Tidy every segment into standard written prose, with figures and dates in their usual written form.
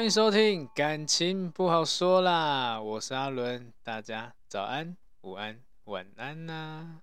迎收听，感情不好说啦，我是阿伦，大家早安、午安、晚安呐、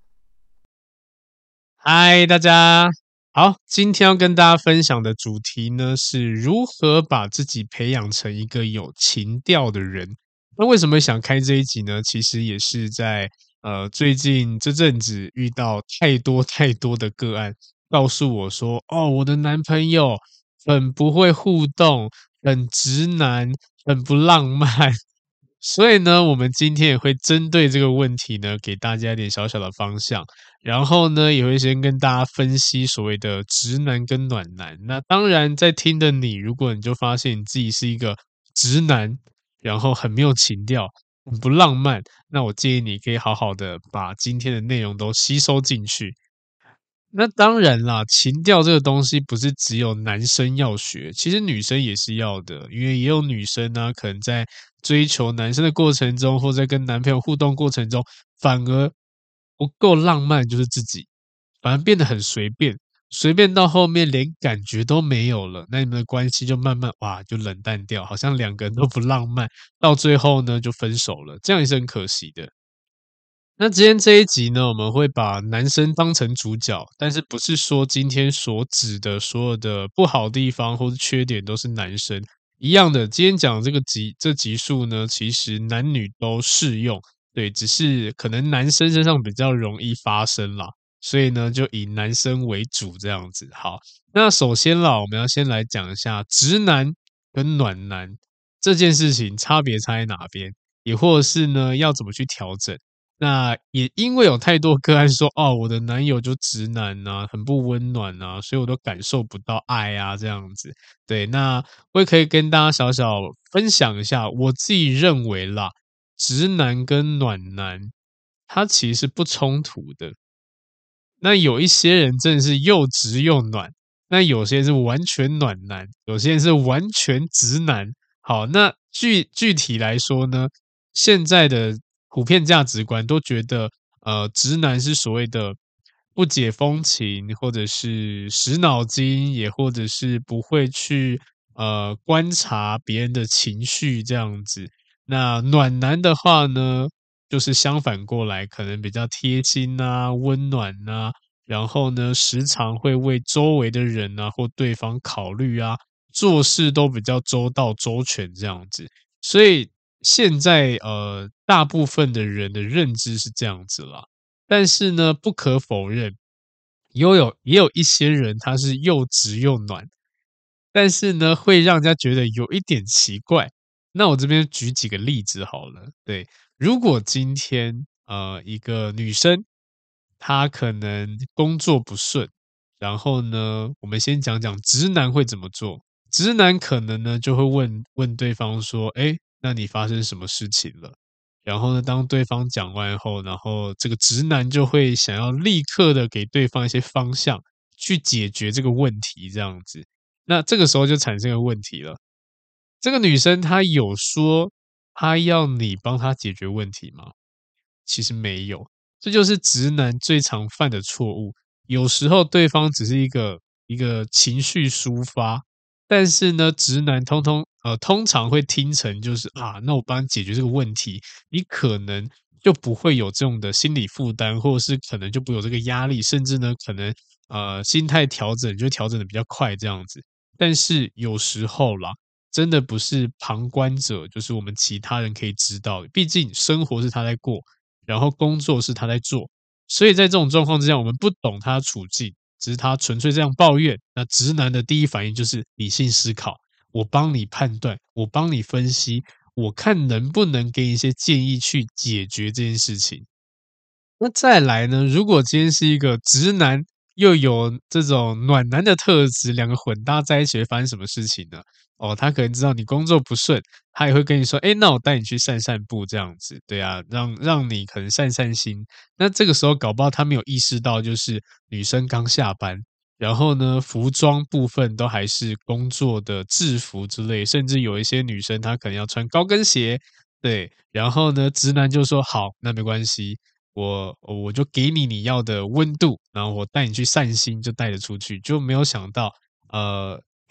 嗨，大家好，今天要跟大家分享的主题呢，是如何把自己培养成一个有情调的人。那为什么想开这一集呢？其实也是在最近这阵子遇到太多太多的个案，告诉我说，哦，我的男朋友很不会互动，很直男，很不浪漫。所以呢，我们今天也会针对这个问题呢，给大家一点小小的方向。然后呢，也会先跟大家分析所谓的直男跟暖男。那当然，在听的你，如果你就发现你自己是一个直男，然后很没有情调，很不浪漫，那我建议你可以好好的把今天的内容都吸收进去。那当然啦，情调这个东西不是只有男生要学，其实女生也是要的，因为也有女生呢，可能在追求男生的过程中，或在跟男朋友互动过程中，反而不够浪漫，就是自己，反而变得很随便，随便到后面连感觉都没有了，那你们的关系就慢慢哇就冷淡掉，好像两个人都不浪漫，到最后呢就分手了，这样也是很可惜的。那今天这一集呢，我们会把男生当成主角，但是不是说今天所指的所有的不好地方或是缺点都是男生一样的。今天讲这集数呢，其实男女都适用，对，只是可能男生身上比较容易发生啦，所以呢，就以男生为主这样子。好，那首先啦，我们要先来讲一下直男跟暖男这件事情差别差在哪边，也或者是呢，要怎么去调整。那也因为有太多个案说，哦，我的男友就直男啊，很不温暖啊，所以我都感受不到爱啊，这样子。对，那我也可以跟大家小小分享一下，我自己认为啦，直男跟暖男，它其实是不冲突的。那有一些人真的是又直又暖，那有些人是完全暖男，有些人是完全直男。好，那具体来说呢，现在的普遍价值观都觉得，直男是所谓的不解风情，或者是死脑筋，也或者是不会去观察别人的情绪这样子。那暖男的话呢，就是相反过来，可能比较贴心啊、温暖啊，然后呢，时常会为周围的人啊或对方考虑啊，做事都比较周到周全这样子。所以现在大部分的人的认知是这样子啦。但是呢，不可否认，也有一些人他是又直又暖，但是呢，会让人家觉得有一点奇怪。那我这边举几个例子好了。对，如果今天一个女生她可能工作不顺，然后呢，我们先讲讲直男会怎么做。直男可能呢就会问对方说：“哎，那你发生什么事情了？”然后呢，当对方讲完后，然后这个直男就会想要立刻的给对方一些方向，去解决这个问题，这样子。那这个时候就产生个问题了，这个女生她有说她要你帮她解决问题吗？其实没有，这就是直男最常犯的错误。有时候对方只是一个情绪抒发，但是呢，直男通常会听成就是啊，那我帮你解决这个问题，你可能就不会有这种的心理负担，或者是可能就不会有这个压力，甚至呢，可能心态调整就调整的比较快这样子。但是有时候啦，真的不是旁观者，就是我们其他人可以知道的。毕竟生活是他在过，然后工作是他在做，所以在这种状况之下，我们不懂他的处境，只是他纯粹这样抱怨。那直男的第一反应就是理性思考，我帮你判断，我帮你分析，我看能不能给你一些建议去解决这件事情。那再来呢，如果今天是一个直男，又有这种暖男的特质，两个混搭在一起会发生什么事情呢？哦，他可能知道你工作不顺，他也会跟你说：“哎，那我带你去散散步，这样子，对啊，让你可能散散心。”那这个时候搞不好他没有意识到，就是女生刚下班，然后呢，服装部分都还是工作的制服之类，甚至有一些女生她可能要穿高跟鞋，对，然后呢，直男就说：“好，那没关系。”我就给你要的温度，然后我带你去散心，就带着出去，就没有想到，呃，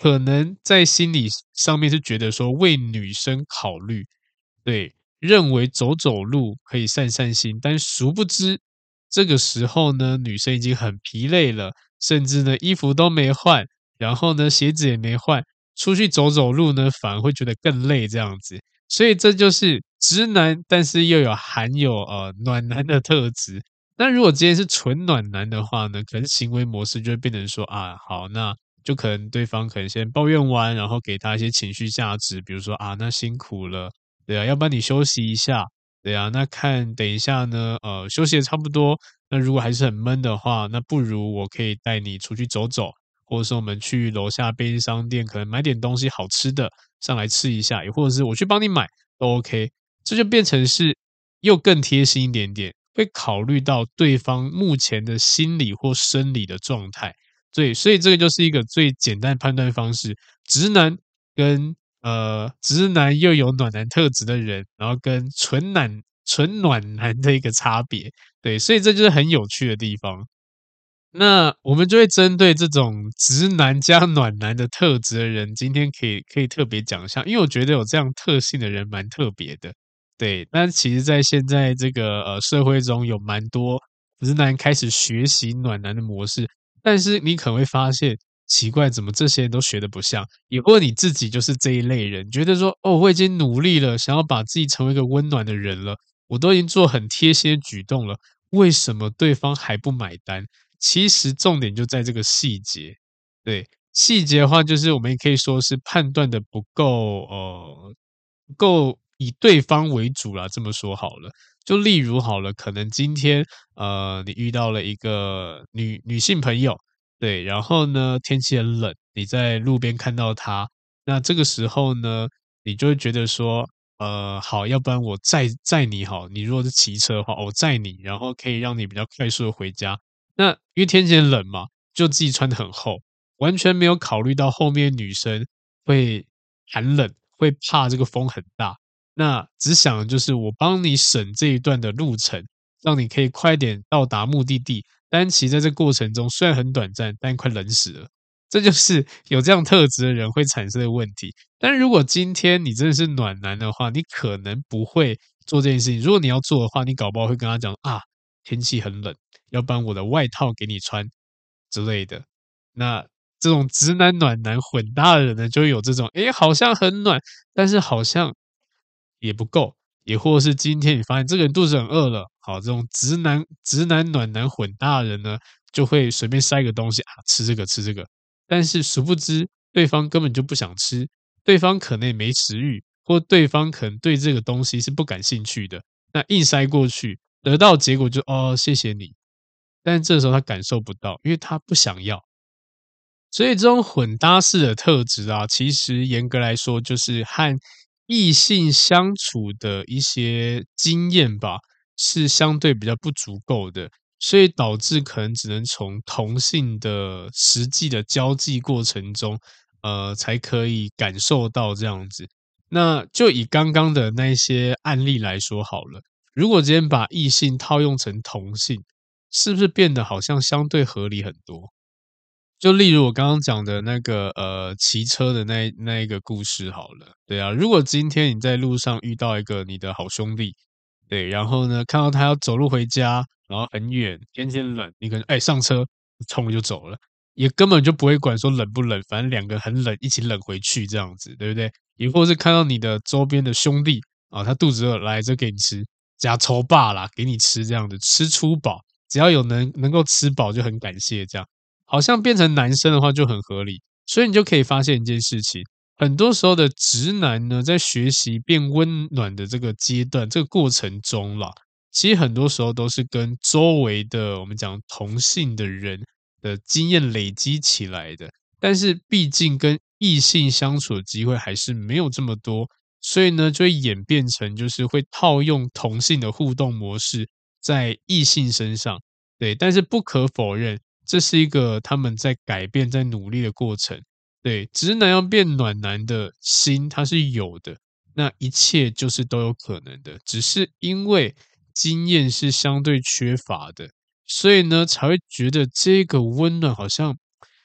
可能在心理上面是觉得说为女生考虑，对，认为走走路可以散散心，但殊不知这个时候呢，女生已经很疲累了，甚至呢衣服都没换，然后呢鞋子也没换，出去走走路呢反而会觉得更累这样子。所以这就是直男，但是又有含有暖男的特质。那如果今天是纯暖男的话呢，可能行为模式就会变成说啊，好，那就可能对方可能先抱怨完，然后给他一些情绪价值，比如说啊，那辛苦了，对啊，要不然你休息一下，对啊，那看等一下呢，休息的差不多，那如果还是很闷的话，那不如我可以带你出去走走，或者说我们去楼下便利商店，可能买点东西好吃的上来吃一下，也或者是我去帮你买都 OK，这就变成是又更贴心一点点，会考虑到对方目前的心理或生理的状态。对，所以这个就是一个最简单的判断方式，直男跟直男又有暖男特质的人，然后跟纯暖男的一个差别。对，所以这就是很有趣的地方。那我们就会针对这种直男加暖男的特质的人，今天可以特别讲一下，因为我觉得有这样特性的人蛮特别的。对，但其实在现在这个社会中，有蛮多直男开始学习暖男的模式，但是你可能会发现奇怪，怎么这些人都学的不像？也或者你自己就是这一类人，觉得说哦，我已经努力了，想要把自己成为一个温暖的人了，我都已经做很贴心的举动了，为什么对方还不买单？其实重点就在这个细节。对，细节的话，就是我们也可以说是判断的不够不够以对方为主啦，这么说好了。就例如好了，可能今天你遇到了一个女性朋友，对，然后呢天气很冷，你在路边看到她，那这个时候呢，你就会觉得说，好，要不然我载你好，你如果是骑车的话，我载你，然后可以让你比较快速的回家。那因为天气很冷嘛，就自己穿得很厚，完全没有考虑到后面女生会寒冷，会怕这个风很大。那只想的就是我帮你省这一段的路程，让你可以快点到达目的地。但其实在这过程中虽然很短暂，但快冷死了。这就是有这样特质的人会产生的问题。但如果今天你真的是暖男的话，你可能不会做这件事情。如果你要做的话，你搞不好会跟他讲啊，天气很冷，要不然我的外套给你穿之类的。那这种直男暖男混搭的人呢，就会有这种，诶，好像很暖，但是好像也不够，也或是今天你发现这个人肚子很饿了，好，这种直男暖男混搭的人呢，就会随便塞个东西啊，吃这个吃这个，但是殊不知对方根本就不想吃，对方可能也没食欲，或对方可能对这个东西是不感兴趣的，那硬塞过去，得到结果就哦，谢谢你，但这时候他感受不到，因为他不想要。所以这种混搭式的特质啊，其实严格来说，就是和异性相处的一些经验吧，是相对比较不足够的，所以导致可能只能从同性的实际的交际过程中，才可以感受到这样子。那就以刚刚的那些案例来说好了，如果今天把异性套用成同性，是不是变得好像相对合理很多？就例如我刚刚讲的那个骑车的那一个故事好了，对啊，如果今天你在路上遇到一个你的好兄弟，对，然后呢看到他要走路回家，然后很远，天气冷，你可能上车冲就走了，也根本就不会管说冷不冷，反正两个很冷，一起冷回去这样子，对不对？亦或是看到你的周边的兄弟啊，他肚子饿，来这给你吃，加抽霸啦，给你吃这样子，吃出饱，只要有能够吃饱就很感谢这样。好像变成男生的话就很合理，所以你就可以发现一件事情，很多时候的直男呢，在学习变温暖的这个阶段、这个过程中啦，其实很多时候都是跟周围的我们讲同性的人的经验累积起来的。但是毕竟跟异性相处的机会还是没有这么多，所以呢，就会演变成就是会套用同性的互动模式在异性身上。对，但是不可否认，这是一个他们在改变、在努力的过程。对，直男要变暖男的心，它是有的，那一切就是都有可能的，只是因为经验是相对缺乏的，所以呢才会觉得这个温暖好像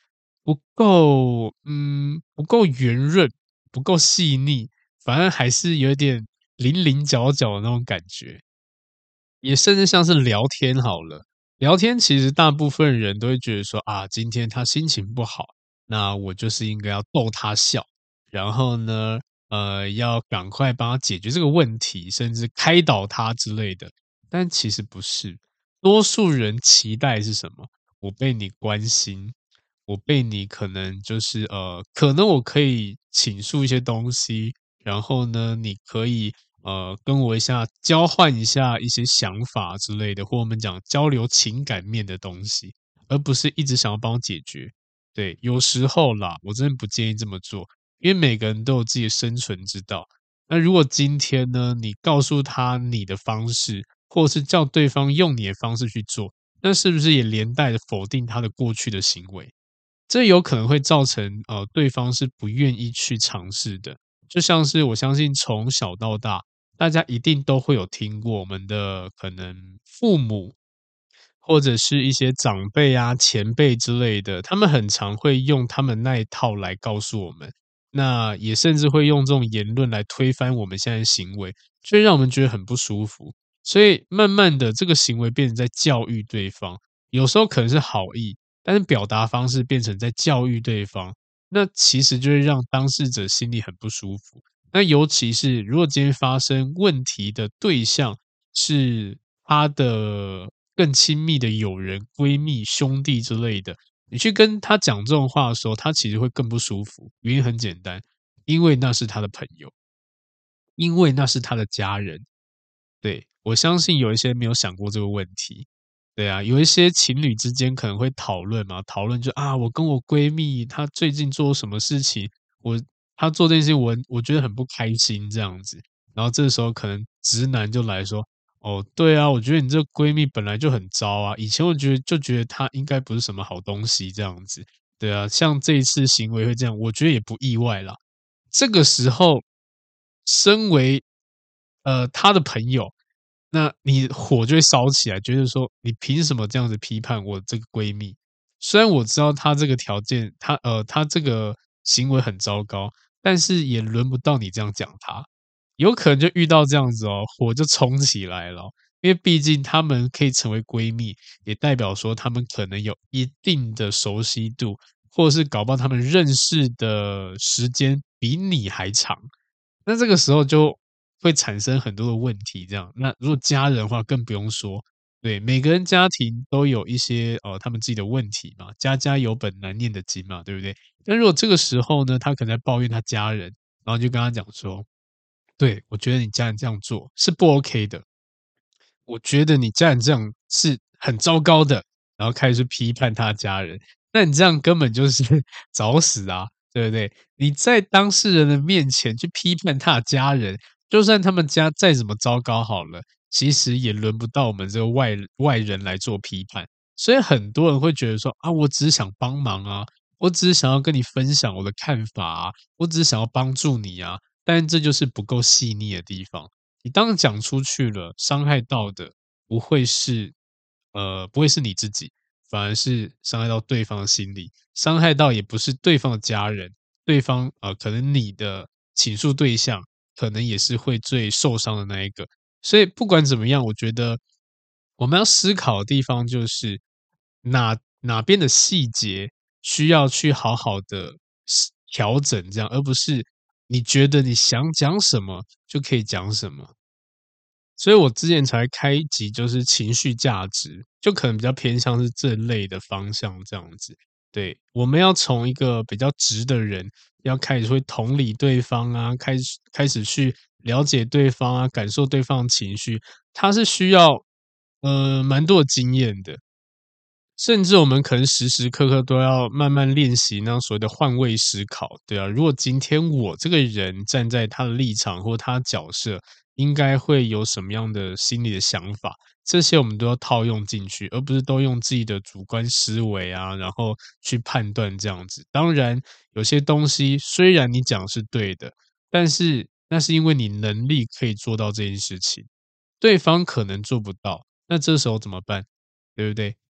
不够圆润，不够细腻，反而还是有点棱棱角角的那种感觉。也甚至像是聊天好了，聊天其实大部分人都会觉得说啊，今天他心情不好，那我就是应该要逗他笑，然后呢，要赶快帮他解决这个问题，甚至开导他之类的。但其实不是，多数人期待是什么？我被你关心，我被你可能就是可能我可以倾诉一些东西，然后呢，你可以跟我交换一下一些想法之类的，或我们讲交流情感面的东西，而不是一直想要帮我解决。对，有时候啦，我真的不建议这么做，因为每个人都有自己的生存之道。那如果今天呢，你告诉他你的方式，或者是叫对方用你的方式去做，那是不是也连带的否定他的过去的行为？这有可能会造成对方是不愿意去尝试的。就像是我相信从小到大，大家一定都会有听过我们的可能父母或者是一些长辈啊、前辈之类的，他们很常会用他们那一套来告诉我们，那也甚至会用这种言论来推翻我们现在的行为，所以让我们觉得很不舒服。所以慢慢的，这个行为变成在教育对方，有时候可能是好意，但是表达方式变成在教育对方，那其实就会让当事者心里很不舒服。那尤其是如果今天发生问题的对象是他的更亲密的友人、闺蜜、兄弟之类的，你去跟他讲这种话的时候，他其实会更不舒服。原因很简单，因为那是他的朋友，因为那是他的家人。对，我相信有一些没有想过这个问题。对啊，有一些情侣之间可能会讨论嘛，讨论就啊，我跟我闺蜜她最近做什么事情，她做这件事情我觉得很不开心这样子。然后这时候可能直男就来说，哦，对啊，我觉得你这个闺蜜本来就很糟啊，以前我觉得她应该不是什么好东西这样子。对啊，像这一次行为会这样，我觉得也不意外啦。这个时候，身为她的朋友，那你火就会烧起来，觉得说你凭什么这样子批判我这个闺蜜？虽然我知道她这个条件，她这个行为很糟糕，但是也轮不到你这样讲她。有可能就遇到这样子哦，火就冲起来了哦。因为毕竟她们可以成为闺蜜，也代表说她们可能有一定的熟悉度，或者是搞不好她们认识的时间比你还长。那这个时候就会产生很多的问题，这样。那如果家人的话更不用说，对，每个人家庭都有一些他们自己的问题嘛，家家有本难念的经嘛，对不对？那如果这个时候呢，他可能在抱怨他家人，然后就跟他讲说，对，我觉得你家人这样做是不 OK 的，我觉得你家人这样是很糟糕的，然后开始批判他家人，那你这样根本就是找死啊，对不对？你在当事人的面前去批判他的家人，就算他们家再怎么糟糕好了，其实也轮不到我们这个外人来做批判。所以很多人会觉得说啊，我只是想帮忙啊，我只是想要跟你分享我的看法啊，我只是想要帮助你啊，但这就是不够细腻的地方。你当讲出去了，伤害到的不会是不会是你自己，反而是伤害到对方的心理，伤害到也不是对方的家人，对方可能你的倾诉对象可能也是会最受伤的那一个。所以不管怎么样，我觉得我们要思考的地方就是哪边的细节需要去好好的调整，这样，而不是你觉得你想讲什么就可以讲什么。所以我之前才开一集就是情绪价值，就可能比较偏向是这类的方向这样子。对，我们要从一个比较直的人，要开始会同理对方啊，开始去了解对方啊，感受对方的情绪，它是需要蛮多的经验的。甚至我们可能时时刻刻都要慢慢练习那所谓的换位思考，对啊。如果今天我这个人站在他的立场或他角色，应该会有什么样的心理的想法，这些我们都要套用进去，而不是都用自己的主观思维啊，然后去判断这样子。当然，有些东西虽然你讲是对的，但是那是因为你能力可以做到这件事情，对方可能做不到，那这时候怎么办？对不对？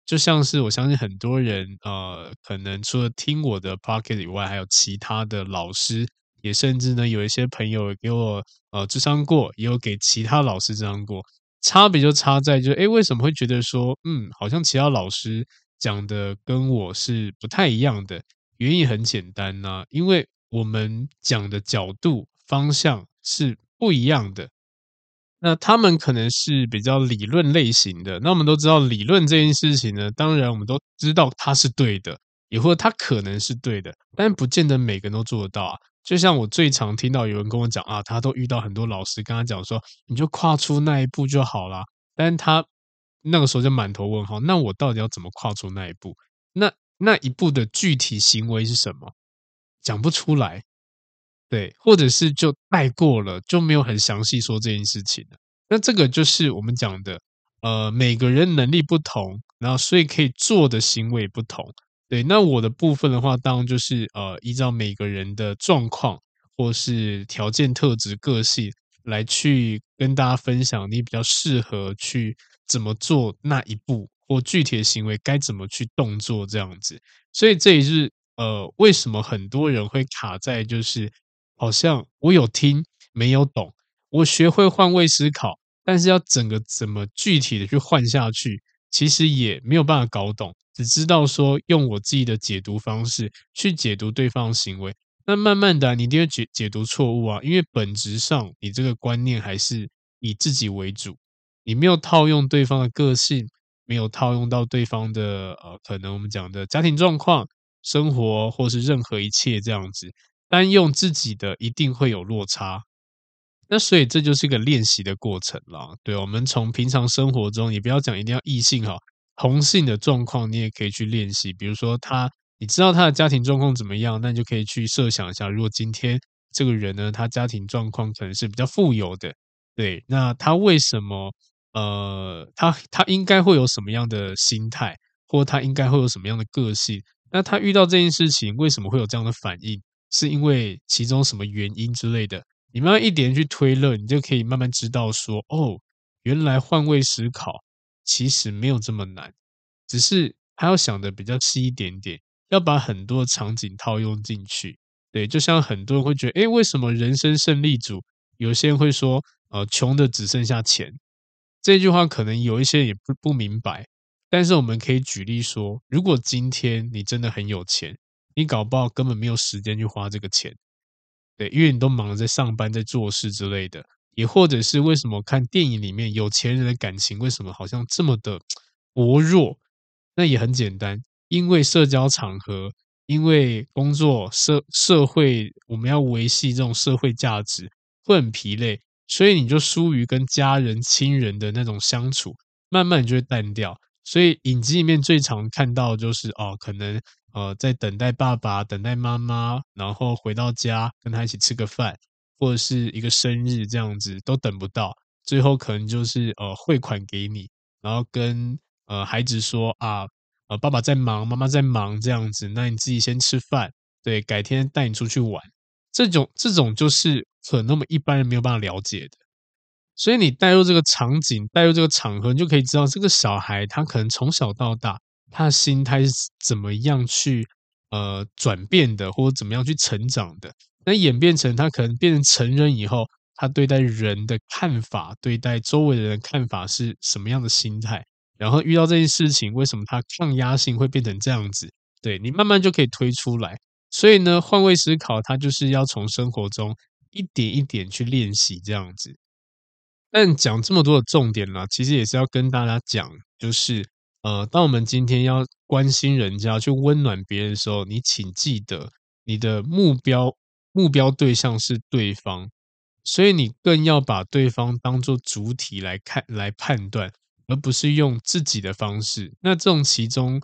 就像是我相信很多人，可能除了听我的 Pocket 以外，还有其他的老师，也甚至呢有一些朋友给我智商过，也有给其他老师智商过。差别就差在就，诶，为什么会觉得说，好像其他老师讲的跟我是不太一样的？原因很简单呐，因为我们讲的角度、方向是不一样的。那他们可能是比较理论类型的，那我们都知道理论这件事情呢，当然我们都知道它是对的，也或者它可能是对的，但不见得每个人都做得到啊。就像我最常听到有人跟我讲啊，他都遇到很多老师跟他讲说，你就跨出那一步就好啦。但是他那个时候就满头问号，那我到底要怎么跨出那一步？那一步的具体行为是什么？讲不出来。对，或者是就带过了，就没有很详细说这件事情了。那这个就是我们讲的，每个人能力不同，然后所以可以做的行为不同。对，那我的部分的话，当然就是依照每个人的状况或是条件特质、个性来去跟大家分享，你比较适合去怎么做那一步，或具体的行为该怎么去动作这样子。所以这也是为什么很多人会卡在就是好像我有听没有懂，我学会换位思考，但是要整个怎么具体的去换下去，其实也没有办法搞懂，只知道说用我自己的解读方式去解读对方的行为，那慢慢的啊你一定会解读错误啊，因为本质上你这个观念还是以自己为主，你没有套用对方的个性，没有套用到对方的可能我们讲的家庭状况、生活或是任何一切这样子。单用自己的一定会有落差，那所以这就是一个练习的过程啦。对，我们从平常生活中，也不要讲一定要异性哈，同性的状况你也可以去练习。比如说你知道他的家庭状况怎么样，那你就可以去设想一下，如果今天这个人呢，他家庭状况可能是比较富有的，对，那他为什么他应该会有什么样的心态，或他应该会有什么样的个性？那他遇到这件事情，为什么会有这样的反应？是因为其中什么原因之类的？你慢慢一点去推论，你就可以慢慢知道说，哦，原来换位思考其实没有这么难，只是他要想的比较细一点点，要把很多场景套用进去。对，就像很多人会觉得，诶，为什么人生胜利组有些人会说，穷的只剩下钱，这句话可能有一些人也不明白，但是我们可以举例说，如果今天你真的很有钱，你搞不好根本没有时间去花这个钱，对，因为你都忙着在上班、在做事之类的。也或者是为什么看电影里面有钱人的感情为什么好像这么的薄弱？那也很简单，因为社交场合，因为工作、社会，我们要维系这种社会价值，会很疲累，所以你就疏于跟家人、亲人的那种相处，慢慢你就会淡掉。所以影集里面最常看到的就是哦，可能在等待爸爸、等待妈妈，然后回到家跟他一起吃个饭，或者是一个生日这样子都等不到，最后可能就是汇款给你，然后跟孩子说啊，爸爸在忙，妈妈在忙这样子，那你自己先吃饭，对，改天带你出去玩。这种就是可能我们一般人没有办法了解的。所以你带入这个场景，带入这个场合，你就可以知道这个小孩他可能从小到大，他的心态是怎么样去转变的，或者怎么样去成长的。那演变成他可能变成成人以后，他对待人的看法，对待周围的人的看法是什么样的心态？然后遇到这件事情，为什么他抗压性会变成这样子？对你慢慢就可以推出来。所以呢，换位思考，它就是要从生活中一点一点去练习这样子。但讲这么多的重点啦，其实也是要跟大家讲，就是当我们今天要关心人家、去温暖别人的时候，你请记得你的目标对象是对方，所以你更要把对方当做主体来看、来判断，而不是用自己的方式。那这种其中，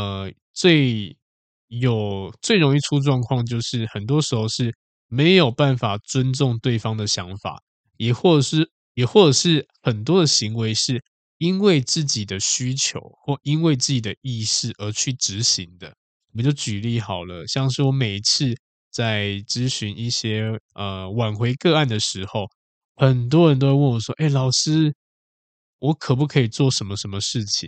最容易出状况，就是很多时候是没有办法尊重对方的想法。也或者是很多的行为是因为自己的需求或因为自己的意识而去执行的。我们就举例好了，像是我每一次在咨询一些挽回个案的时候，很多人都会问我说：“哎，老师，我可不可以做什么什么事情？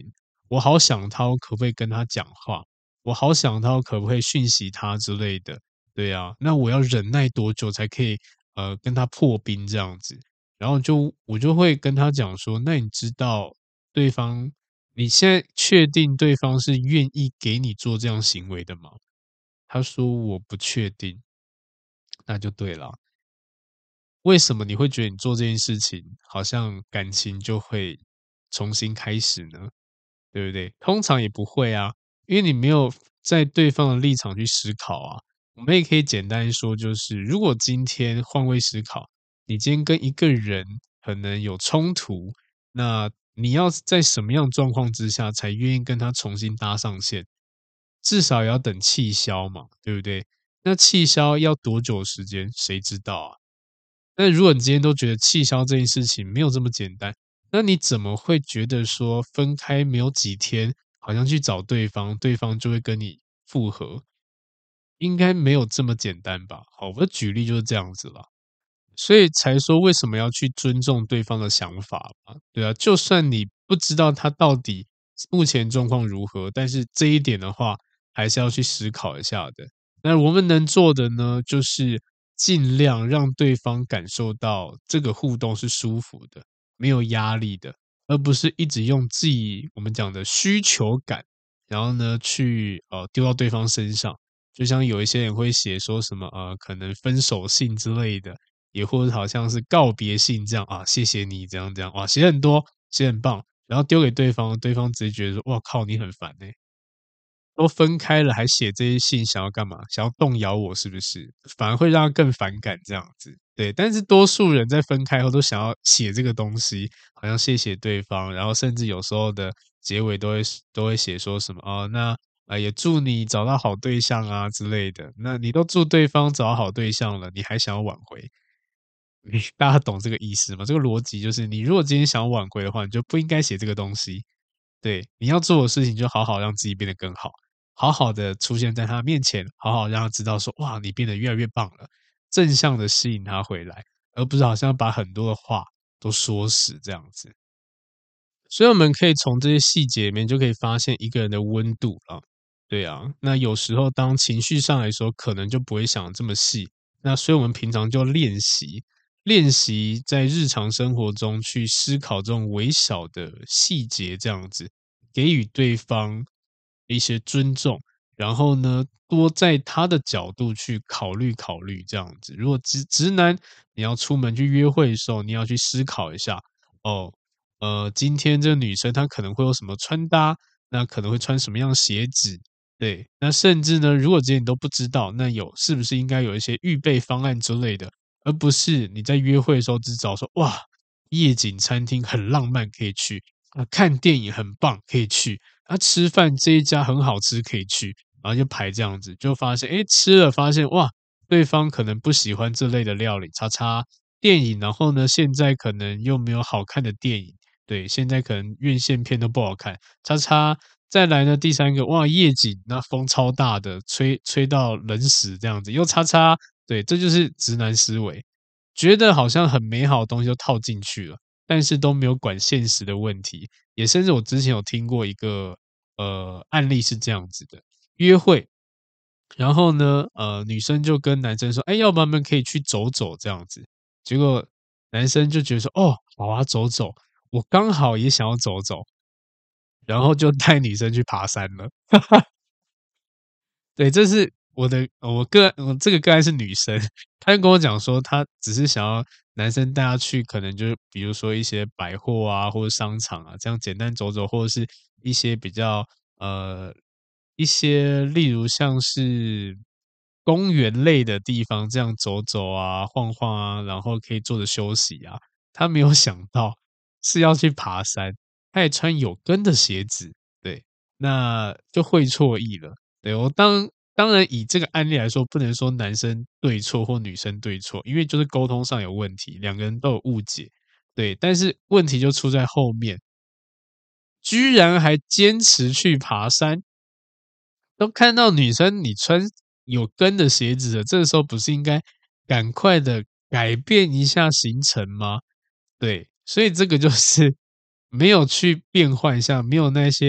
我好想他，我可不可以跟他讲话？我好想他，我可不可以讯息他之类的？对啊，那我要忍耐多久才可以跟他破冰这样子？然后我就会跟他讲说，那你知道对方，你现在确定对方是愿意给你做这样行为的吗？他说我不确定，那就对了。为什么你会觉得你做这件事情，好像感情就会重新开始呢？对不对？通常也不会啊，因为你没有在对方的立场去思考啊。我们也可以简单说，就是如果今天换位思考，你今天跟一个人可能有冲突，那你要在什么样的状况之下才愿意跟他重新搭上线？至少也要等气消嘛，对不对？那气消要多久时间？谁知道啊？那如果你今天都觉得气消这件事情没有这么简单，那你怎么会觉得说分开没有几天，好像去找对方，对方就会跟你复合？应该没有这么简单吧？好，我的举例就是这样子啦。所以才说为什么要去尊重对方的想法嘛，对啊，就算你不知道他到底目前状况如何，但是这一点的话，还是要去思考一下的。那我们能做的呢，就是尽量让对方感受到这个互动是舒服的，没有压力的，而不是一直用自己我们讲的需求感，然后呢去丢到对方身上。就像有一些人会写说什么可能分手信之类的，也或者好像是告别信这样啊，谢谢你这样这样，哇，写很多，写很棒，然后丢给对方，对方直接觉得说，哇靠，你很烦欸，都分开了还写这些信，想要干嘛？想要动摇我是不是？反而会让他更反感这样子。对，但是多数人在分开后都想要写这个东西，好像谢谢对方，然后甚至有时候的结尾都会写说什么哦，那也祝你找到好对象啊之类的。那你都祝对方找到好对象了，你还想要挽回？大家懂这个意思吗？这个逻辑就是，你如果今天想要挽回的话，你就不应该写这个东西。对，你要做的事情就好好让自己变得更好，好好的出现在他面前，好好让他知道说，哇，你变得越来越棒了，正向的吸引他回来，而不是好像把很多的话都说死这样子。所以我们可以从这些细节里面就可以发现一个人的温度了。对啊，那有时候当情绪上来的时候，可能就不会想得这么细。那所以我们平常就练习在日常生活中去思考这种微小的细节，这样子给予对方一些尊重，然后呢，多在他的角度去考虑考虑，这样子。如果直男，你要出门去约会的时候，你要去思考一下哦。今天这个女生她可能会有什么穿搭，那可能会穿什么样的鞋子，对，那甚至呢，如果这些你都不知道，那是不是应该有一些预备方案之类的，而不是你在约会的时候只找说哇，夜景餐厅很浪漫可以去啊，看电影很棒可以去啊，吃饭这一家很好吃可以去，然后就排这样子，就发现诶吃了发现哇，对方可能不喜欢这类的料理，叉叉电影，然后呢，现在可能又没有好看的电影。对，现在可能院线片都不好看，叉叉。再来呢，第三个，哇，夜景那风超大的，吹到冷死这样子，又叉叉。对，这就是直男思维，觉得好像很美好的东西都套进去了，但是都没有管现实的问题。也甚至我之前有听过一个案例是这样子的，约会，然后呢，女生就跟男生说，哎，要不然我们可以去走走这样子。结果男生就觉得说，哦，好啊，走走。我刚好也想要走走，然后就带女生去爬山了。对，这是我这个个案是女生，她就跟我讲说，她只是想要男生带她去，可能就是比如说一些百货啊，或者商场啊，这样简单走走，或者是一些比较呃一些例如像是公园类的地方，这样走走啊、晃晃啊，然后可以坐着休息啊。她没有想到是要去爬山，她也穿有跟的鞋子，对，那就会错意了。对，当然以这个案例来说，不能说男生对错或女生对错，因为就是沟通上有问题，两个人都有误解。对，但是问题就出在后面，居然还坚持去爬山，都看到女生你穿有跟的鞋子了，这个时候不是应该赶快的改变一下行程吗？对，所以这个就是没有去变换一下，没有那些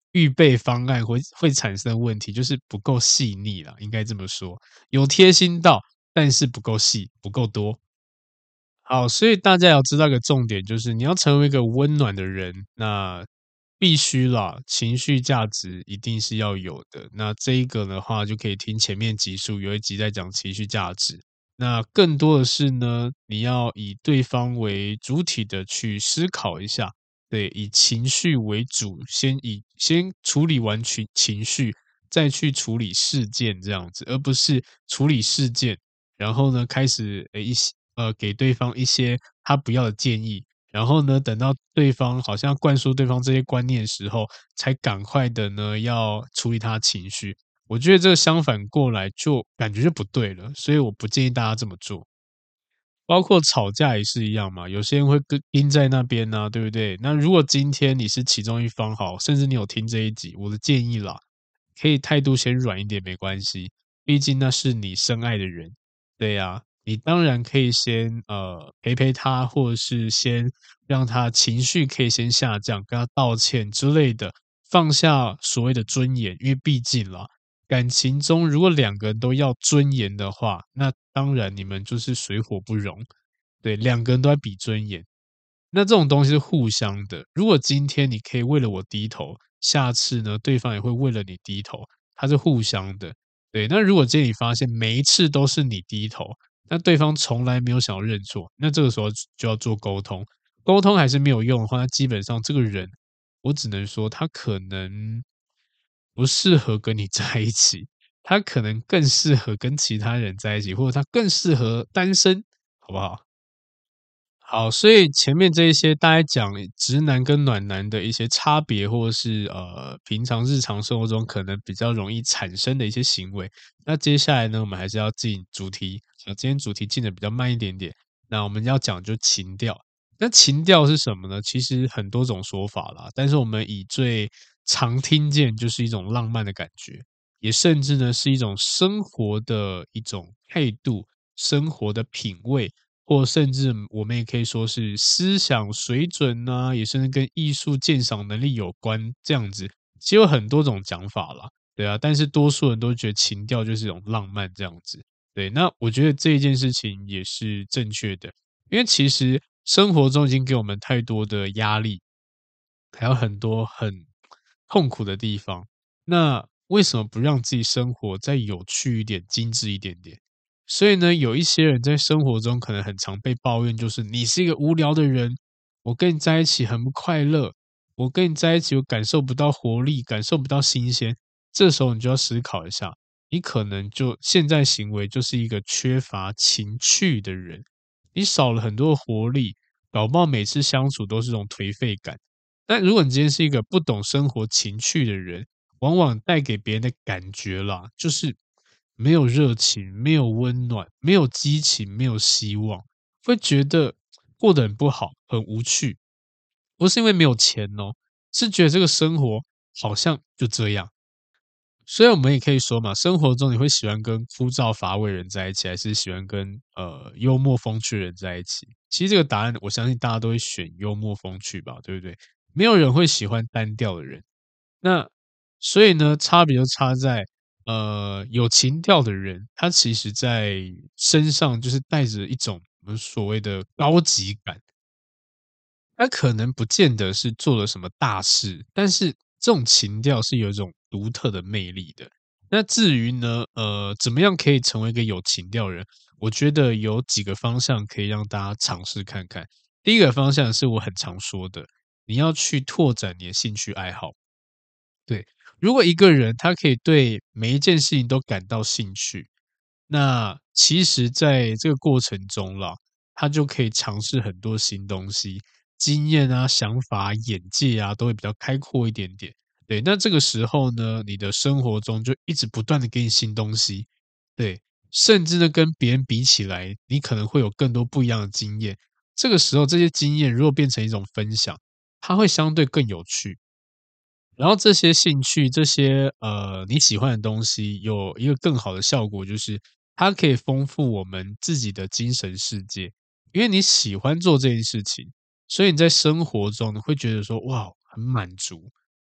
预备方案会产生的问题，就是不够细腻啦，应该这么说，有贴心到，但是不够细，不够多。好，所以大家要知道一个重点，就是你要成为一个温暖的人，那必须啦，情绪价值一定是要有的。那这一个的话，就可以听前面集数，有一集在讲情绪价值。那更多的是呢，你要以对方为主体的去思考一下，对，以情绪为主，先处理完情绪，再去处理事件这样子，而不是处理事件，然后呢，开始给对方一些他不要的建议，然后呢，等到对方好像灌输对方这些观念的时候，才赶快的呢要处理他的情绪。我觉得这个相反过来就感觉就不对了，所以我不建议大家这么做。包括吵架也是一样嘛，有些人会盯在那边呐、对不对？那如果今天你是其中一方好，甚至你有听这一集，我的建议啦，可以态度先软一点没关系，毕竟那是你深爱的人，对呀、你当然可以先陪陪他，或者是先让他情绪可以先下降，跟他道歉之类的，放下所谓的尊严，因为毕竟啦，感情中如果两个人都要尊严的话，那当然你们就是水火不容。对，两个人都在比尊严，那这种东西是互相的。如果今天你可以为了我低头，下次呢，对方也会为了你低头，它是互相的。对，那如果今天你发现每一次都是你低头，那对方从来没有想要认错，那这个时候就要做沟通。沟通还是没有用的话，那基本上这个人，我只能说他可能不适合跟你在一起，他可能更适合跟其他人在一起，或者他更适合单身，好不好？好，所以前面这一些大概讲直男跟暖男的一些差别，或者是平常日常生活中可能比较容易产生的一些行为。那接下来呢，我们还是要进主题，今天主题进的比较慢一点点。那我们要讲就情调。那情调是什么呢？其实很多种说法啦，但是我们以最常听见就是一种浪漫的感觉，也甚至呢是一种生活的一种态度、生活的品味。或甚至我们也可以说是思想水准呐、也甚至跟艺术鉴赏能力有关，这样子，其实有很多种讲法啦，对啊，但是多数人都觉得情调就是一种浪漫这样子，对，那我觉得这一件事情也是正确的，因为其实生活中已经给我们太多的压力，还有很多很痛苦的地方，那为什么不让自己生活再有趣一点、精致一点点？所以呢，有一些人在生活中可能很常被抱怨，就是你是一个无聊的人，我跟你在一起很不快乐，我跟你在一起我感受不到活力，感受不到新鲜。这时候你就要思考一下，你可能就现在行为就是一个缺乏情趣的人，你少了很多的活力，搞不好每次相处都是这种颓废感。但如果你今天是一个不懂生活情趣的人，往往带给别人的感觉啦，就是没有热情、没有温暖、没有激情、没有希望，会觉得过得很不好、很无趣。不是因为没有钱哦，是觉得这个生活好像就这样。所以我们也可以说嘛，生活中你会喜欢跟枯燥乏味人在一起，还是喜欢跟幽默风趣的人在一起？其实这个答案，我相信大家都会选幽默风趣吧，对不对？没有人会喜欢单调的人。那所以呢，差别就差在有情调的人，他其实在身上就是带着一种我们所谓的高级感。他可能不见得是做了什么大事，但是这种情调是有一种独特的魅力的。那至于呢，怎么样可以成为一个有情调的人？我觉得有几个方向可以让大家尝试看看。第一个方向是我很常说的，你要去拓展你的兴趣爱好。对，如果一个人他可以对每一件事情都感到兴趣，那其实在这个过程中啦，他就可以尝试很多新东西，经验啊、想法啊、眼界啊，都会比较开阔一点点。对，那这个时候呢，你的生活中就一直不断的给你新东西，对，甚至呢跟别人比起来，你可能会有更多不一样的经验。这个时候，这些经验如果变成一种分享，它会相对更有趣。然后这些兴趣，这些你喜欢的东西，有一个更好的效果，就是它可以丰富我们自己的精神世界。因为你喜欢做这件事情，所以你在生活中你会觉得说，哇，很满足。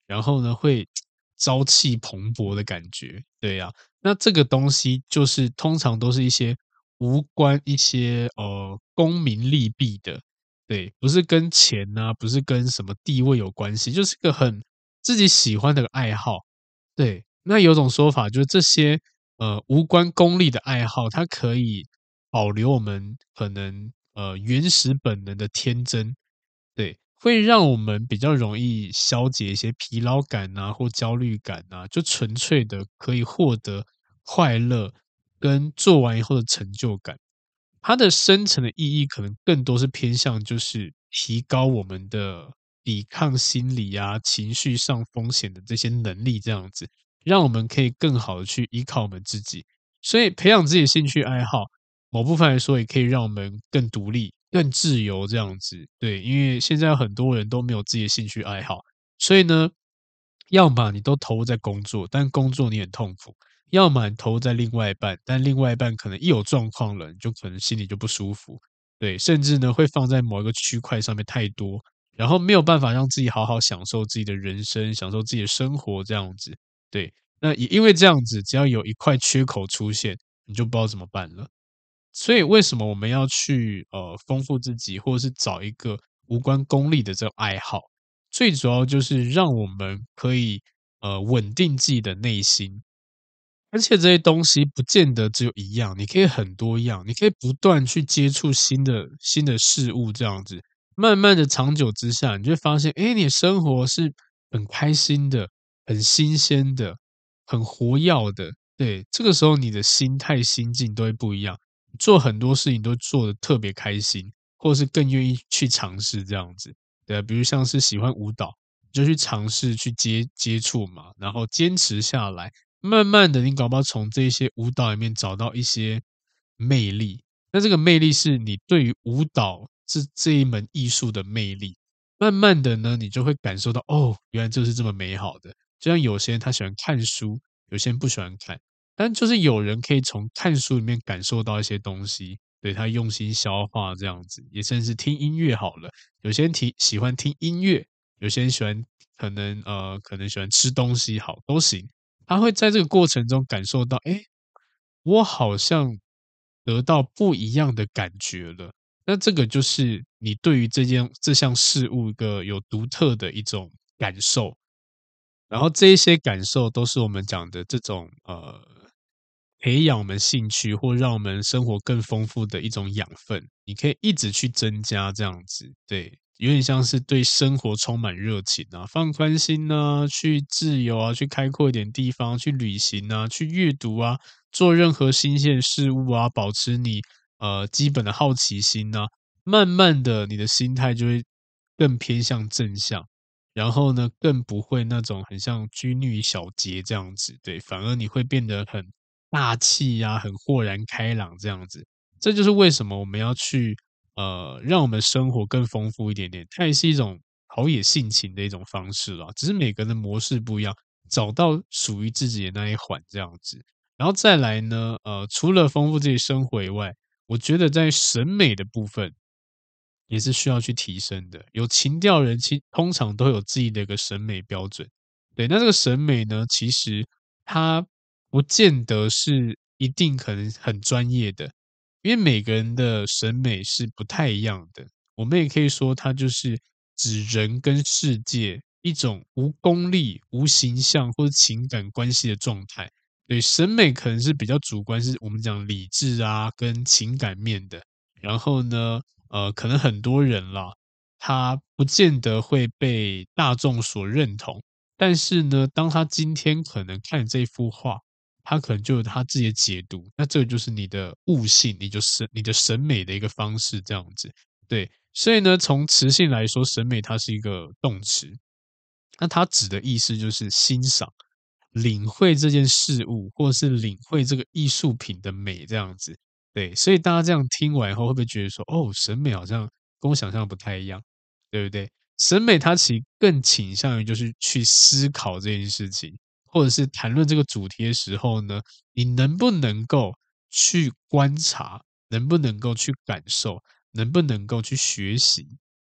然后呢会朝气蓬勃的感觉，对呀、那这个东西就是通常都是一些无关一些功名利弊的，对，不是跟钱呐、不是跟什么地位有关系，就是个很自己喜欢的爱好。对，那有种说法就是这些无关功利的爱好，它可以保留我们可能原始本能的天真，对，会让我们比较容易消解一些疲劳感啊或焦虑感啊，就纯粹的可以获得快乐跟做完以后的成就感。它的深层的意义可能更多是偏向就是提高我们的抵抗心理啊、情绪上风险的这些能力，这样子，让我们可以更好的去依靠我们自己。所以培养自己的兴趣爱好，某部分来说也可以让我们更独立、更自由这样子。对，因为现在有很多人都没有自己的兴趣爱好，所以呢，要么你都投入在工作，但工作你很痛苦，要么你投入在另外一半，但另外一半可能一有状况了，你就可能心里就不舒服，对，甚至呢会放在某一个区块上面太多，然后没有办法让自己好好享受自己的人生，享受自己的生活这样子，对，那也因为这样子，只要有一块缺口出现，你就不知道怎么办了。所以为什么我们要去丰富自己，或者是找一个无关功利的这个爱好？最主要就是让我们可以稳定自己的内心，而且这些东西不见得只有一样，你可以很多样，你可以不断去接触新的事物，这样子，慢慢的长久之下，你就会发现，哎，你的生活是很开心的，很新鲜的，很活跃的。对，这个时候你的心态、心境都会不一样，做很多事情都做得特别开心，或是更愿意去尝试这样子。对啊，比如像是喜欢舞蹈，你就去尝试去接触嘛，然后坚持下来。慢慢的，你搞不好从这些舞蹈里面找到一些魅力，那这个魅力是你对于舞蹈这一门艺术的魅力。慢慢的呢，你就会感受到，哦，原来这是这么美好的。就像有些人他喜欢看书，有些人不喜欢看，但就是有人可以从看书里面感受到一些东西，对，他用心消化这样子，也甚至听音乐好了，有些人喜欢听音乐，有些人喜欢可能喜欢吃东西，好，都行。他会在这个过程中感受到，哎，我好像得到不一样的感觉了。那这个就是你对于这项事物一个有独特的一种感受，然后这一些感受都是我们讲的这种培养我们兴趣或让我们生活更丰富的一种养分，你可以一直去增加这样子，对，有点像是对生活充满热情啊，放宽心啊，去自由啊，去开阔一点地方，去旅行啊，去阅读啊，做任何新鲜事物啊，保持你基本的好奇心啊，慢慢的你的心态就会更偏向正向。然后呢，更不会那种很像拘泥于小节这样子，对，反而你会变得很大气呀、很豁然开朗这样子。这就是为什么我们要去让我们生活更丰富一点点，它也是一种陶冶性情的一种方式啦。只是每个人的模式不一样，找到属于自己的那一环这样子。然后再来呢，除了丰富自己生活以外，我觉得在审美的部分也是需要去提升的。有情调人通常都有自己的一个审美标准。对，那这个审美呢，其实它不见得是一定可能很专业的，因为每个人的审美是不太一样的。我们也可以说，它就是指人跟世界一种无功利、无形象或者情感关系的状态。对，审美可能是比较主观，是我们讲理智啊跟情感面的。然后呢，可能很多人啦，他不见得会被大众所认同，但是呢，当他今天可能看这幅画，他可能就有他自己的解读，那这个就是你的悟性，你的审美的一个方式，这样子。对，所以呢，从词性来说，审美它是一个动词，那它指的意思就是欣赏、领会这件事物，或是领会这个艺术品的美，这样子。对，所以大家这样听完以后，会不会觉得说，哦，审美好像跟我想象的不太一样，对不对？审美它其实更倾向于就是去思考这件事情，或者是谈论这个主题的时候呢，你能不能够去观察，能不能够去感受，能不能够去学习？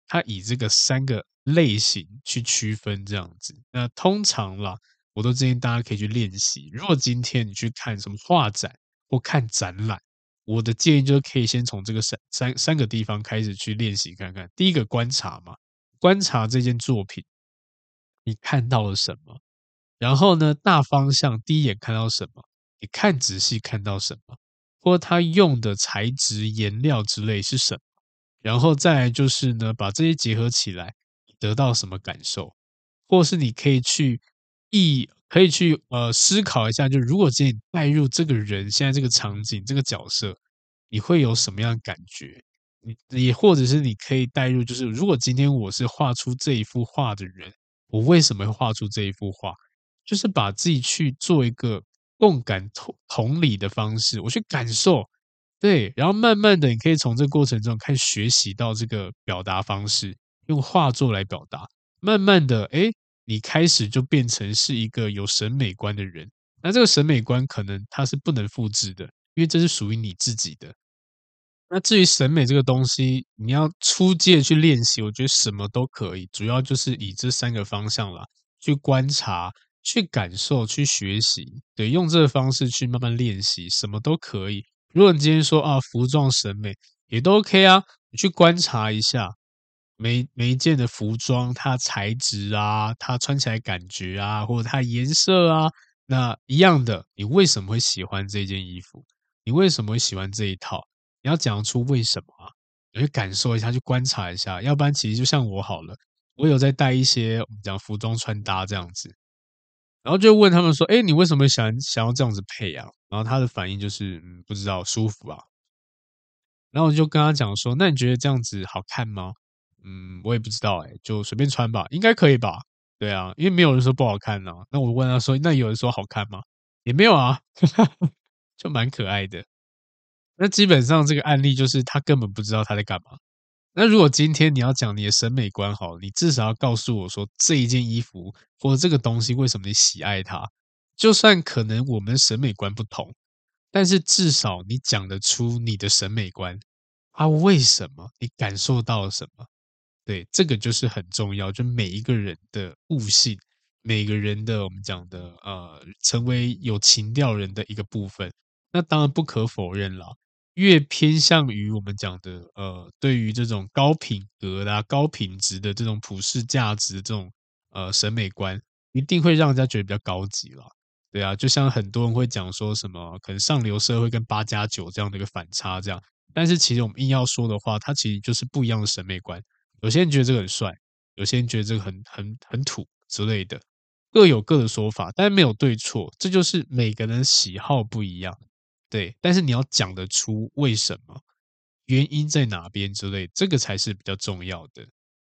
它以这个3个类型去区分这样子。那通常啦，我都建议大家可以去练习。如果今天你去看什么画展或看展览，我的建议就是可以先从这个三个地方开始去练习看看。第一个观察嘛，观察这件作品，你看到了什么？然后呢，大方向第一眼看到什么？你看仔细看到什么？或他用的材质、颜料之类是什么？然后再来就是呢，把这些结合起来，得到什么感受？或是你可以去可以去思考一下，就如果今天你带入这个人现在这个场景、这个角色，你会有什么样的感觉？也或者是你可以带入，就是如果今天我是画出这一幅画的人，我为什么会画出这一幅画？就是把自己去做一个共感同理的方式，我去感受，对，然后慢慢的，你可以从这个过程中开始学习到这个表达方式，用画作来表达。慢慢的，诶，你开始就变成是一个有审美观的人。那这个审美观可能它是不能复制的，因为这是属于你自己的。那至于审美这个东西，你要出界去练习，我觉得什么都可以，主要就是以这3个方向啦，去观察、去感受、去学习，对，用这个方式去慢慢练习，什么都可以。如果你今天说啊，服装审美也都 OK 啊，你去观察一下每一件的服装，它材质啊，它穿起来感觉啊，或者它的颜色啊，那一样的，你为什么会喜欢这件衣服？你为什么会喜欢这一套？你要讲出为什么啊，你去感受一下，去观察一下，要不然其实就像我好了，我有在带一些我们讲服装穿搭这样子，然后就问他们说：“哎，你为什么想要这样子配啊？”然后他的反应就是：不知道，舒服啊。”然后我就跟他讲说：“那你觉得这样子好看吗？”我也不知道就随便穿吧，应该可以吧？对啊，因为没有人说不好看啊。那我问他说：“那有人说好看吗？”也没有啊，就蛮可爱的。那基本上这个案例就是他根本不知道他在干嘛。那如果今天你要讲你的审美观好了，你至少要告诉我说这一件衣服或者这个东西为什么你喜爱它。就算可能我们审美观不同，但是至少你讲得出你的审美观啊，为什么？你感受到了什么？对，这个就是很重要，就每一个人的悟性，每个人的我们讲的成为有情调人的一个部分。那当然不可否认啦，越偏向于我们讲的对于这种高品格啦、高品质的这种普世价值的这种审美观，一定会让人家觉得比较高级啦。对啊，就像很多人会讲说什么，可能上流社会跟8+9这样的一个反差这样，但是其实我们硬要说的话，它其实就是不一样的审美观。有些人觉得这个很帅，有些人觉得这个很土之类的，各有各的说法，但是没有对错，这就是每个人喜好不一样，对。但是你要讲得出为什么，原因在哪边之类，这个才是比较重要的。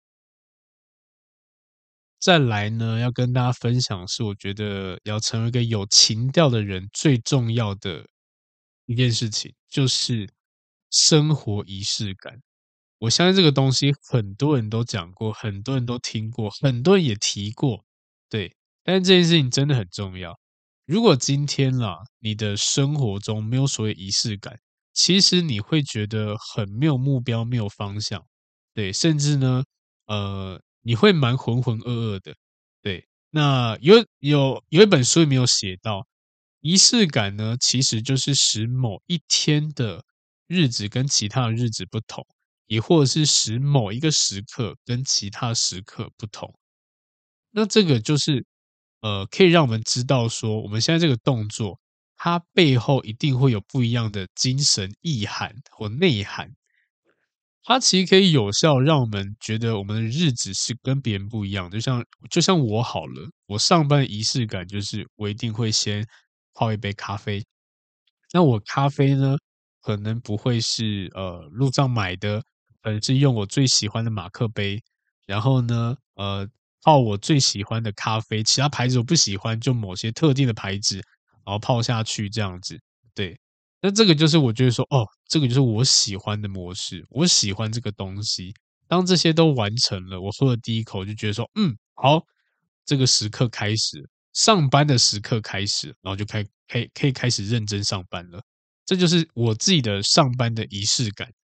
再来呢，要跟大家分享是，我觉得要成为一个有情调的人，最重要的一件事情，就是生活仪式感。我相信这个东西很多人都讲过，很多人都听过，很多人也提过，对。但是这件事情真的很重要。如果今天啦，你的生活中没有所谓仪式感，其实你会觉得很没有目标、没有方向，对，甚至呢，你会蛮浑浑噩噩的，对。那有一本书里面有写到，仪式感呢，其实就是使某一天的日子跟其他的日子不同。也或者是使某一个时刻跟其他时刻不同。那这个就是，可以让我们知道说，我们现在这个动作，它背后一定会有不一样的精神意涵或内涵。它其实可以有效让我们觉得我们的日子是跟别人不一样的。就像我好了，我上班的仪式感就是我一定会先泡一杯咖啡，那我咖啡呢，可能不会是路上买的，可能是用我最喜欢的马克杯，然后呢，泡我最喜欢的咖啡，其他牌子我不喜欢，就某些特定的牌子，然后泡下去这样子。对，那这个就是我觉得说，哦，这个就是我喜欢的模式，我喜欢这个东西。当这些都完成了，我喝了第一口就觉得说，好，这个时刻开始，上班的时刻开始，然后就可以开始认真上班了。这就是我自己的上班的仪式感。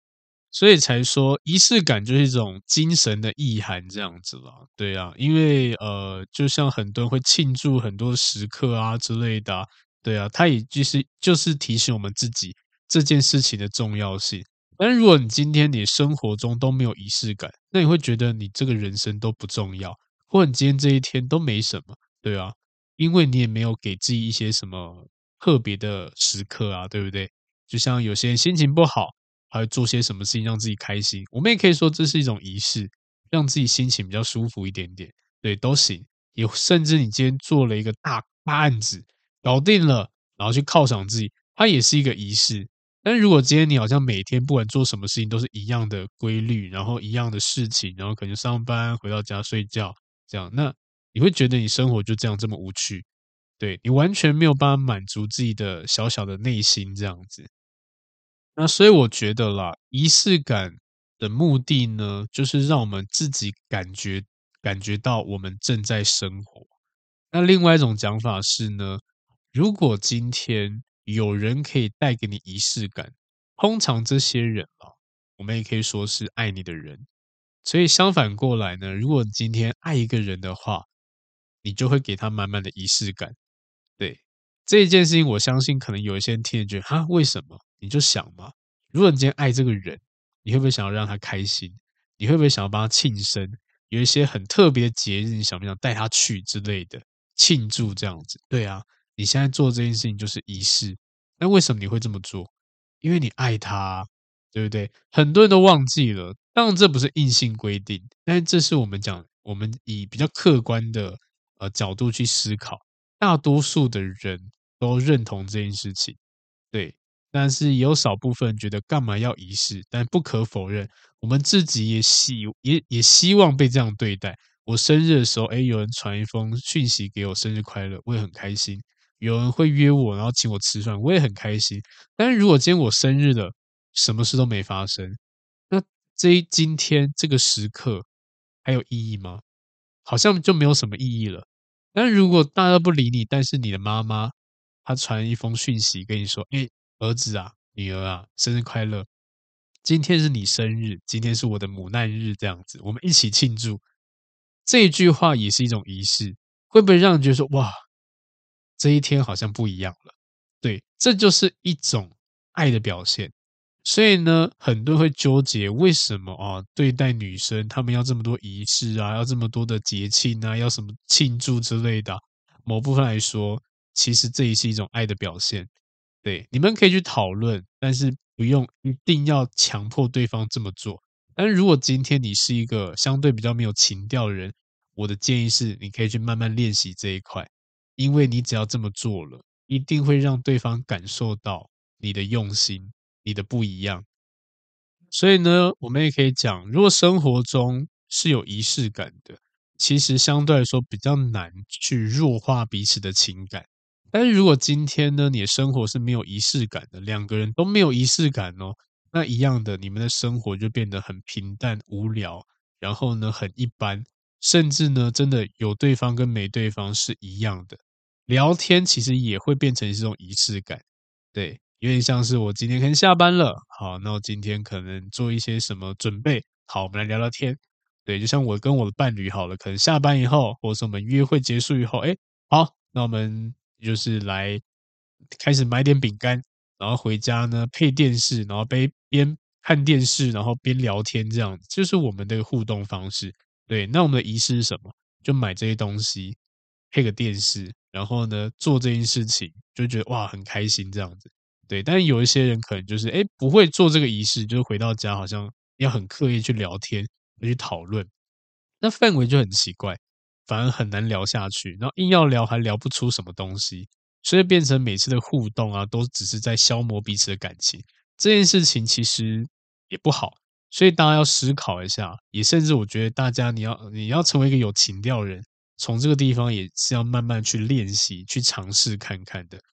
所以才说仪式感就是一种精神的意涵这样子啦。对啊，因为就像很多人会庆祝很多时刻啊之类的啊，对啊，它也就是提醒我们自己这件事情的重要性。但是如果你今天你生活中都没有仪式感，那你会觉得你这个人生都不重要，或者你今天这一天都没什么，对啊，因为你也没有给自己一些什么特别的时刻啊，对不对？就像有些人心情不好，还会做些什么事情让自己开心，我们也可以说这是一种仪式，让自己心情比较舒服一点点，对，都行。也甚至你今天做了一个大案子，搞定了，然后去犒赏自己，它也是一个仪式。但是如果今天你好像每天不管做什么事情都是一样的规律，然后一样的事情，然后可能上班回到家睡觉这样，那你会觉得你生活就这样这么无趣，对你完全没有办法满足自己的小小的内心这样子。那所以我觉得啦，仪式感的目的呢，就是让我们自己感觉到我们正在生活。那另外一种讲法是呢，如果今天有人可以带给你仪式感，通常这些人啊，我们也可以说是爱你的人。所以相反过来呢，如果你今天爱一个人的话，你就会给他满满的仪式感。对，这一件事情，我相信可能有一些人听了觉得，哈，为什么？你就想嘛，如果你今天爱这个人，你会不会想要让他开心？你会不会想要帮他庆生？有一些很特别的节日，你想不想带他去之类的庆祝这样子？对啊，你现在做这件事情就是仪式。那为什么你会这么做？因为你爱他啊，对不对？很多人都忘记了，当然这不是硬性规定，但是这是我们讲，我们以比较客观的角度去思考。大多数的人都认同这件事情，对，但是也有少部分人觉得干嘛要仪式？但不可否认，我们自己也希望被这样对待。我生日的时候，哎，有人传一封讯息给我生日快乐，我也很开心。有人会约我，然后请我吃饭，我也很开心。但是如果今天我生日了，什么事都没发生，那今天这个时刻还有意义吗？好像就没有什么意义了。但是如果大家都不理你，但是你的妈妈她传一封讯息跟你说：“哎，儿子啊，女儿啊，生日快乐！今天是你生日，今天是我的母难日，这样子，我们一起庆祝。”这一句话也是一种仪式，会不会让人觉得说：“哇，这一天好像不一样了？”对，这就是一种爱的表现。所以呢，很多人会纠结为什么啊，对待女生她们要这么多仪式啊，要这么多的节庆啊，要什么庆祝之类的啊。某部分来说，其实这也是一种爱的表现。对，你们可以去讨论，但是不用一定要强迫对方这么做。但是如果今天你是一个相对比较没有情调的人，我的建议是，你可以去慢慢练习这一块，因为你只要这么做了，一定会让对方感受到你的用心。你的不一样。所以呢，我们也可以讲，如果生活中是有仪式感的，其实相对来说比较难去弱化彼此的情感。但是如果今天呢，你的生活是没有仪式感的，两个人都没有仪式感哦，那一样的，你们的生活就变得很平淡无聊，然后呢，很一般，甚至呢，真的有对方跟没对方是一样的。聊天其实也会变成这种仪式感。对，有点像是我今天可能下班了，好，那我今天可能做一些什么准备，好，我们来聊聊天。对，就像我跟我的伴侣好了，可能下班以后，或者是我们约会结束以后，哎，好，那我们就是来开始买点饼干，然后回家呢配电视，然后边看电视，然后边聊天，这样就是我们的互动方式。对，那我们的仪式是什么？就买这些东西，配个电视，然后呢做这件事情，就觉得哇很开心这样子。对，但是有一些人可能就是不会做这个仪式，就是回到家好像要很刻意去聊天、去讨论，那氛围就很奇怪，反而很难聊下去，然后硬要聊还聊不出什么东西，所以变成每次的互动啊，都只是在消磨彼此的感情。这件事情其实也不好，所以大家要思考一下，也甚至我觉得大家你要成为一个有情调的人，从这个地方也是要慢慢去练习、去尝试看看的。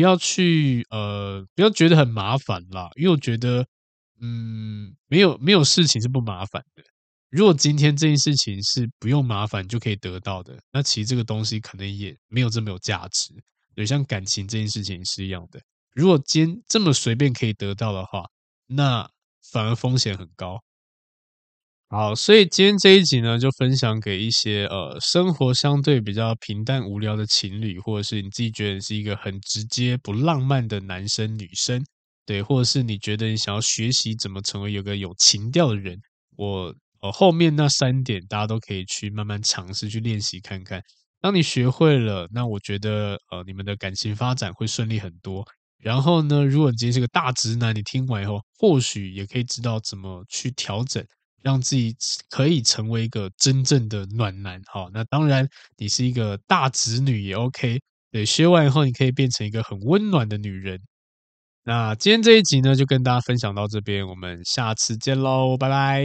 不要觉得很麻烦啦，因为我觉得，没有事情是不麻烦的。如果今天这件事情是不用麻烦就可以得到的，那其实这个东西可能也没有这么有价值。对，像感情这件事情也是一样的，如果今天这么随便可以得到的话，那反而风险很高。好，所以今天这一集呢，就分享给一些生活相对比较平淡无聊的情侣，或者是你自己觉得你是一个很直接不浪漫的男生女生，对，或者是你觉得你想要学习怎么成为有个有情调的人，我后面那3点大家都可以去慢慢尝试去练习看看。当你学会了，那我觉得你们的感情发展会顺利很多。然后呢，如果你今天是个大直男，你听完以后，或许也可以知道怎么去调整。让自己可以成为一个真正的暖男，好，那当然你是一个大直女也 OK，对，学完以后你可以变成一个很温暖的女人。那今天这一集呢，就跟大家分享到这边，我们下次见喽，拜拜。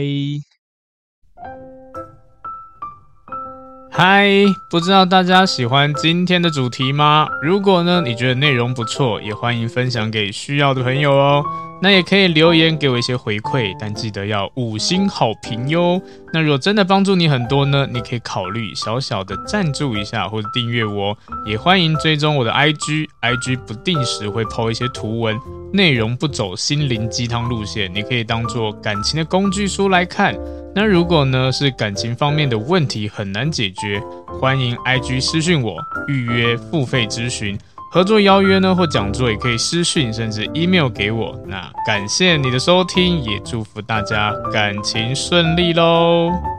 嗨，不知道大家喜欢今天的主题吗？如果呢，你觉得内容不错，也欢迎分享给需要的朋友哦。那也可以留言给我一些回馈，但记得要5星好评哟。那如果真的帮助你很多呢，你可以考虑小小的赞助一下或者订阅我，也欢迎追踪我的 IG 不定时会 po 一些图文，内容不走心灵鸡汤路线，你可以当做感情的工具书来看。那如果呢是感情方面的问题很难解决，欢迎 IG 私讯我预约付费咨询，合作邀约呢或讲座也可以私讯甚至 email 给我。那感谢你的收听，也祝福大家感情顺利咯。